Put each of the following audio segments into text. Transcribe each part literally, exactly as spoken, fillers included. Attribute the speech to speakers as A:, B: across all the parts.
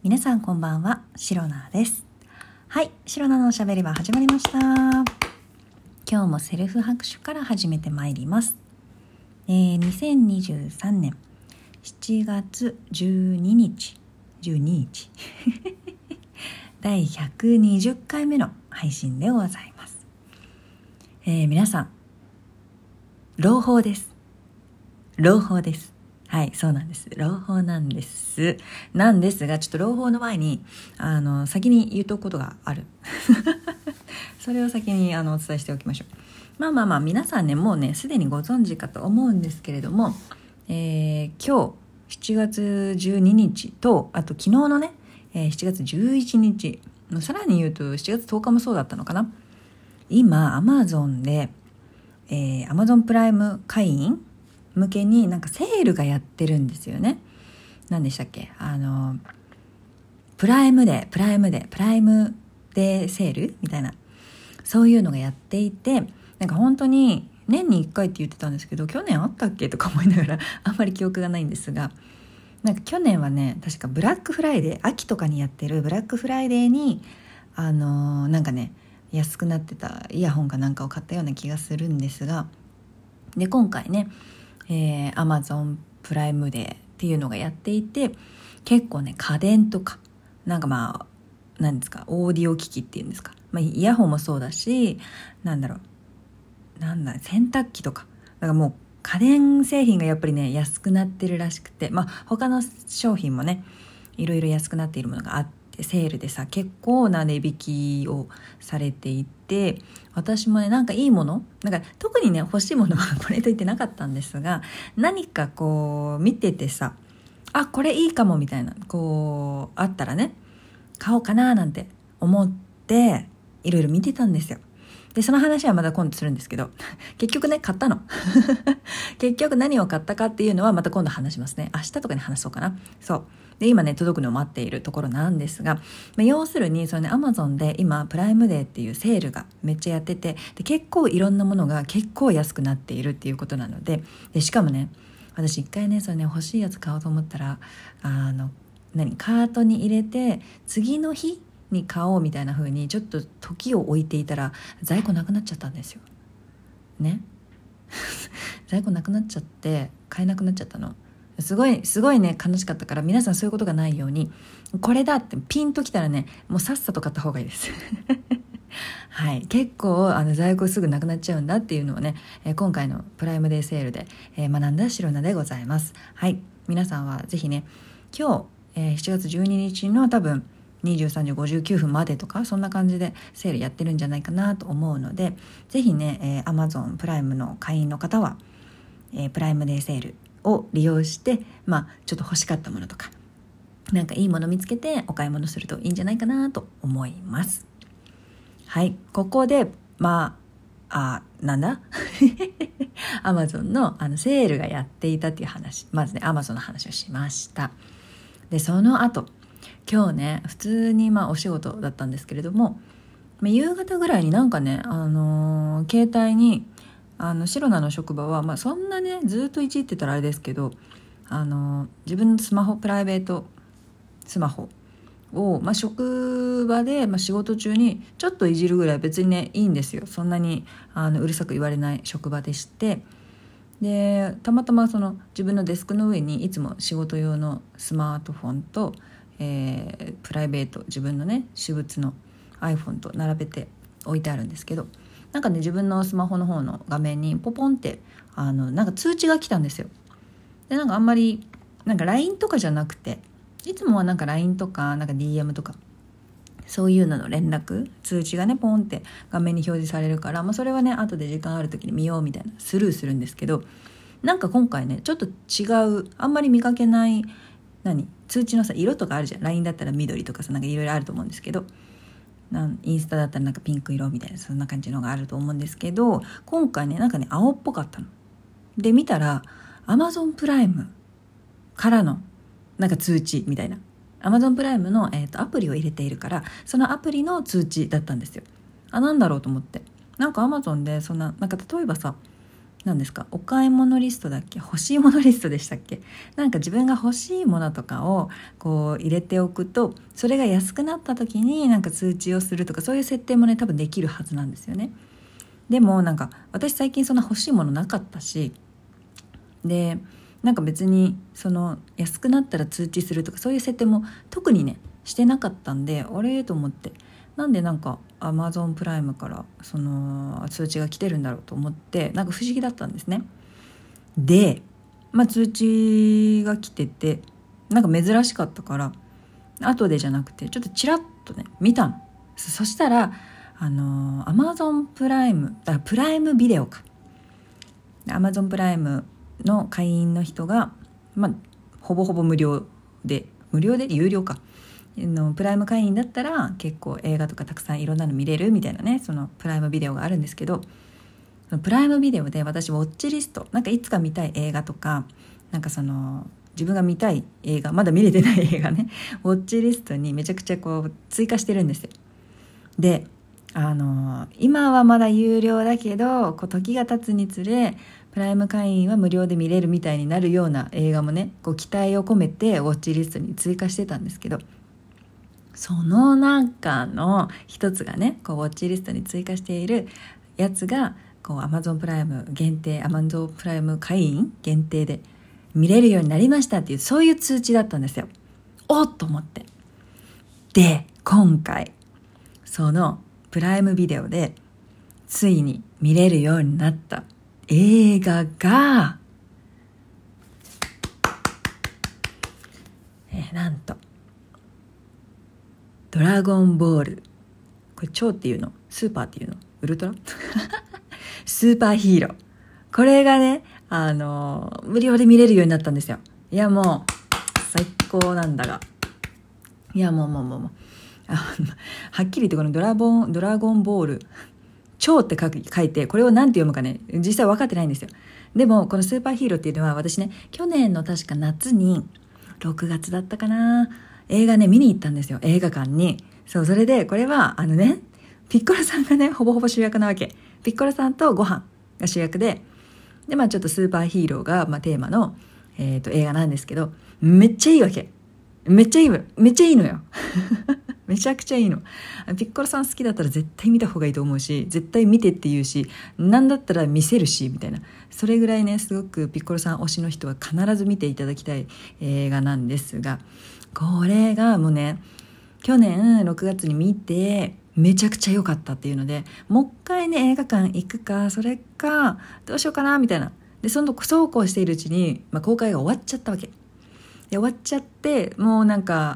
A: 皆さんこんばんは、シロナです。はい、シロナのおしゃべりは始まりました。今日もセルフ拍手から始めてまいります。えー、にせんにじゅうさんねんしちがつじゅうににちじゅうににちだいひゃくにじゅっかいめの配信でございます。えー、皆さん朗報です。朗報です。はい、そうなんです。朗報なんです。なんですが、ちょっと朗報の前に、あの、先に言うとくことがある。それを先にあのお伝えしておきましょう。まあまあまあ、皆さんね、もうね、すでにご存知かと思うんですけれども、えー、今日、しちがつじゅうににちと、あと昨日のね、えー、しちがつじゅういちにち、さらに言うとしちがつとおかもそうだったのかな。今、Amazon で、えー、Amazon プライム会員向けになんかセールがやってるんですよね。何でしたっけ、あのプライムデープライムデープライムデーセールみたいな、そういうのがやっていて、なんか本当に年にいっかいって言ってたんですけど、去年あったっけとか思いながらあんまり記憶がないんですが、なんか去年はね、確かブラックフライデー、秋とかにやってるブラックフライデーにあのなんかね安くなってたイヤホンかなんかを買ったような気がするんですが、で今回ねえー、Amazon プライムデーっていうのがやっていて、結構ね家電とかなんかまあ何ですか、オーディオ機器っていうんですか、まあ、イヤホンもそうだし、なんだろうなんだ洗濯機とか、だからもう家電製品がやっぱりね安くなってるらしくて、まあ他の商品もねいろいろ安くなっているものがあって、セールでさ結構な値引きをされていて、私もねなんかいいもの、なんか特にね欲しいものはこれと言ってなかったんですが、何かこう見ててさ、あこれいいかもみたいなこうあったらね買おうかななんて思っていろいろ見てたんですよ。でその話はまた今度するんですけど、結局ね買ったの結局何を買ったかっていうのはまた今度話しますね。明日とかに話そうかな。そうで今ね届くのを待っているところなんですが、まあ、要するにそのね Amazon で今プライムデーっていうセールがめっちゃやってて、で結構いろんなものが結構安くなっているっていうことなので、でしかもね私一回ねそれね欲しいやつ買おうと思ったら、あの何カートに入れて次の日に買おうみたいな風にちょっと時を置いていたら在庫なくなっちゃったんですよね在庫なくなっちゃって買えなくなっちゃったの。すごいすごいね悲しかったから、皆さんそういうことがないようにこれだってピンときたらねもうさっさと買った方がいいですはい、結構あの在庫すぐなくなっちゃうんだっていうのをね、えー、今回のプライムデーセールで、えー、学んだシロナでございます。はい、皆さんはぜひね今日、えー、しちがつじゅうににちの多分にじゅうさんじごじゅうきゅうふんまでとかそんな感じでセールやってるんじゃないかなと思うので、ぜひね、えー、Amazon プライムの会員の方は、えー、プライムデーセールを利用して、まあちょっと欲しかったものとかなんかいいもの見つけてお買い物するといいんじゃないかなと思います。はい、ここでまああなんだAmazon のあのセールがやっていたっていう話、まずね Amazon の話をしました。でその後今日ね普通にまあお仕事だったんですけれども、夕方ぐらいになんかね、あのー、携帯にあのシロナの職場は、まあ、そんなねずっといじってたらあれですけど、あのー、自分のスマホプライベートスマホを、まあ、職場で、まあ、仕事中にちょっといじるぐらい別にねいいんですよ。そんなにあのうるさく言われない職場でして、でたまたまその自分のデスクの上にいつも仕事用のスマートフォンと、えー、プライベート自分のね私物の iPhone と並べて置いてあるんですけど、なんかね自分のスマホの方の画面にポポンってあのなんか通知が来たんですよ。でなんかあんまりなんか ライン とかじゃなくて、いつもはなんか ライン とかなんか ディーエム とかそういうのの連絡通知がねポンって画面に表示されるから、まあ、それはね後で時間ある時に見ようみたいなスルーするんですけど、なんか今回ねちょっと違う、あんまり見かけない何通知のさ色とかあるじゃん。 ライン だったら緑とかさなんかいろいろあると思うんですけど、なんインスタだったらなんかピンク色みたいなそんな感じのがあると思うんですけど、今回ねなんかね青っぽかったので見たら Amazon プライムからのなんか通知みたいな、Amazon プライムの、えー、とアプリを入れているからそのアプリの通知だったんですよ。あなんだろうと思って、なんか Amazon でそんななんか例えばさ何ですか、お買い物リストだっけ、欲しいものリストでしたっけ、なんか自分が欲しいものとかをこう入れておくと、それが安くなった時になんか通知をするとか、そういう設定もね多分できるはずなんですよね。でもなんか私最近そんな欲しいものなかったし、でなんか別にその安くなったら通知するとかそういう設定も特にねしてなかったんで、あれと思って、なんでなんか Amazon プライムからその通知が来てるんだろうと思って、なんか不思議だったんですね。で、まあ、通知が来ててなんか珍しかったから、後でじゃなくてちょっとチラッとね見たの。 そ, そしたらあの Amazon プライムあプライムビデオか Amazon プライムの会員の人が、まあ、ほぼほぼ無料で無料で有料かのプライム会員だったら結構映画とかたくさんいろんなの見れるみたいなね、そのプライムビデオがあるんですけど、そのプライムビデオで私ウォッチリスト、なんかいつか見たい映画とか、なんかその自分が見たい映画、まだ見れてない映画ねウォッチリストにめちゃくちゃこう追加してるんですよ。であの今はまだ有料だけど、こう時が経つにつれプライム会員は無料で見れるみたいになるような映画もね、こう期待を込めてウォッチリストに追加してたんですけど、その中の一つがね、こうウォッチリストに追加しているやつがこう Amazon プライム限定 Amazon プライム会員限定で見れるようになりましたっていう、そういう通知だったんですよ。おっと思って、で今回そのプライムビデオでついに見れるようになった映画が、えー、なんとドラゴンボール、これ超っていうの、スーパーっていうの、ウルトラスーパーヒーロー、これがねあのー、無料で見れるようになったんですよ。いやもう最高なんだが、いやもうもうもうもうあはっきり言ってこのドラゴンドラゴンボール超って書く書いて、これを何て読むかね実際分かってないんですよ。でもこのスーパーヒーローっていうのは、私ね去年の確か夏にろくがつだったかな、映画ね見に行ったんですよ、映画館に。そう、それでこれはあのねピッコロさんがねほぼほぼ主役なわけ。ピッコロさんとご飯が主役で、でまあちょっとスーパーヒーローが、まあ、テーマの、えーと、映画なんですけど、めっちゃいいわけ。めっちゃいいめっちゃいいのよめちゃくちゃいいの。ピッコロさん好きだったら絶対見た方がいいと思うし、絶対見てって言うし、なんだったら見せるしみたいな、それぐらいねすごくピッコロさん推しの人は必ず見ていただきたい映画なんですが、これがもうね去年ろくがつに見てめちゃくちゃ良かったっていうので、もう一回ね映画館行くかそれかどうしようかなみたいな。でそのそうこうしているうちに、まあ、公開が終わっちゃったわけで、終わっちゃって、もうなんか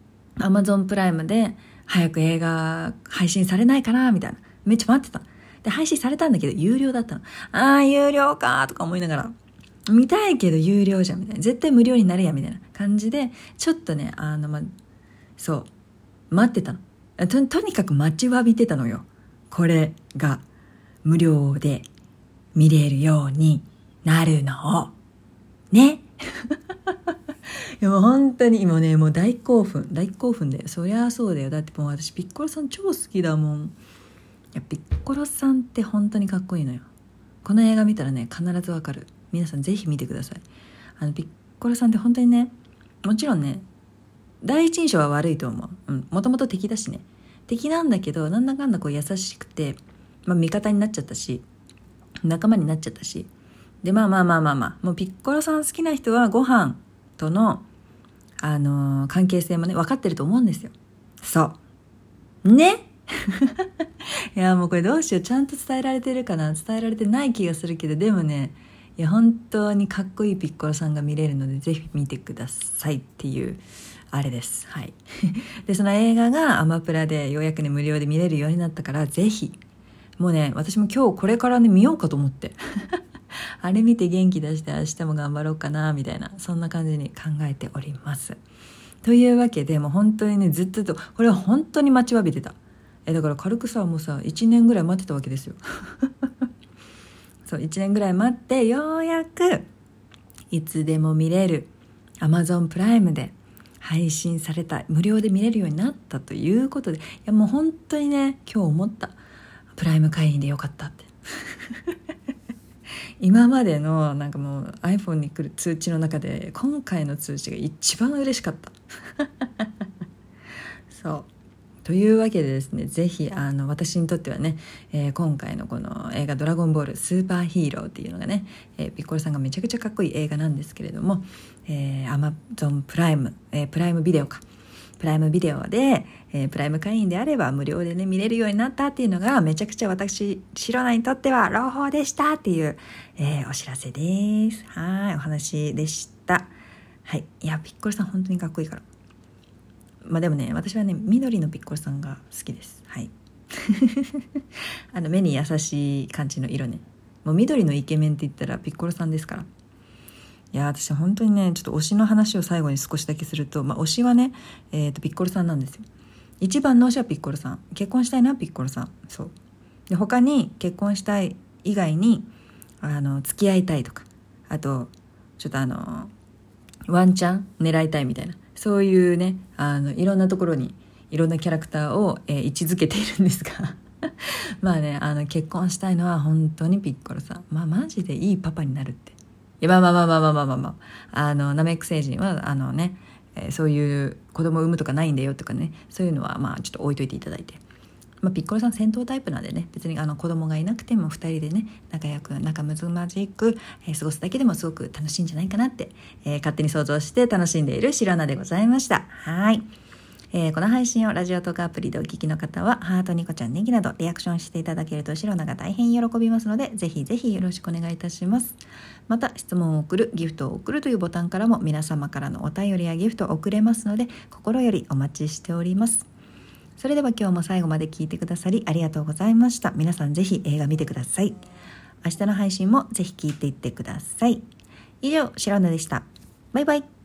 A: Amazon プライムで早く映画配信されないかなみたいな、めっちゃ待ってた。で配信されたんだけど有料だったの。あー有料かとか思いながら、見たいけど有料じゃんみたいな、絶対無料になるやみたいな感じで、ちょっとねあのまそう待ってたの。 と, とにかく待ちわびてたのよ。これが無料で見れるようになるのをねいやもう本当に今ねもう大興奮大興奮で、そりゃそうだよ。だってもう私ピッコロさん超好きだもん。いやピッコロさんって本当にかっこいいのよ。この映画見たらね必ずわかる。皆さんぜひ見てください。あのピッコロさんって本当にね、もちろんね第一印象は悪いと思う。うん、もともと敵だしね、敵なんだけどなんだかんだこう優しくて、まあ、味方になっちゃったし仲間になっちゃったし、でまあまあまあまあまあもうピッコロさん好きな人はご飯とのあのー、関係性もね分かってると思うんですよ。そうねいやもうこれどうしよう、ちゃんと伝えられてるかな、伝えられてない気がするけど、でもねいや本当にかっこいいピッコロさんが見れるのでぜひ見てくださいっていうあれです。はいでその映画がアマプラでようやくね無料で見れるようになったから、ぜひもうね私も今日これからね見ようかと思ってあれ見て元気出して明日も頑張ろうかなみたいな、そんな感じに考えております。というわけでもう本当にねずっとこれは本当に待ちわびてた。えだから軽くさもうさいちねんぐらい待ってたわけですよそういちねんぐらい待ってようやくいつでも見れる Amazon プライムで配信された、無料で見れるようになったということで、いやもう本当にね今日思った、プライム会員でよかったってい今までのなんかもう iPhone に来る通知の中で今回の通知が一番嬉しかったそうというわけでですね、ぜひあの私にとってはね、えー、今回のこの映画ドラゴンボールスーパーヒーローっていうのがね、えー、ピッコロさんがめちゃくちゃかっこいい映画なんですけれども、えー、Amazon プライム、えー、プライムビデオかプライムビデオで、えー、プライム会員であれば無料でね見れるようになったっていうのがめちゃくちゃ私シロナにとっては朗報でしたっていう、えー、お知らせです。はい、お話でした。はい、いやピッコロさん本当にかっこいいから。まあでもね、私はね緑のピッコロさんが好きです。はいあの目に優しい感じの色ね。もう緑のイケメンって言ったらピッコロさんですから。いや私本当にねちょっと推しの話を最後に少しだけすると、まあ、推しはね、えー、とピッコロさんなんですよ。一番の推しはピッコロさん。結婚したいのはピッコロさん。そうで他に結婚したい以外にあの付き合いたいとか、あとちょっとあのワンチャン狙いたいみたいな、そういうねあのいろんなところにいろんなキャラクターを、えー、位置づけているんですがまあねあの結婚したいのは本当にピッコロさん。まあマジでいいパパになるって。いやまあまあまあまあまあまあまあ、まあ、あのナメック星人はあのね、えー、そういう子供を産むとかないんだよとかね、そういうのはまあちょっと置いといていただいて、まあ、ピッコロさん戦闘タイプなんでね、別にあの子供がいなくてもふたりでね仲良く仲睦まじく、えー、過ごすだけでもすごく楽しいんじゃないかなって、えー、勝手に想像して楽しんでいるシロナでございました。はい、えー、この配信をラジオトークアプリでお聞きの方はハートニコちゃんネギなどリアクションしていただけるとシロナが大変喜びますので、ぜひぜひよろしくお願いいたします。また質問を送る、ギフトを送るというボタンからも皆様からのお便りやギフトを送れますので、心よりお待ちしております。それでは今日も最後まで聞いてくださりありがとうございました。皆さんぜひ映画見てください。明日の配信もぜひ聞いていってください。以上、シロナでした。バイバイ。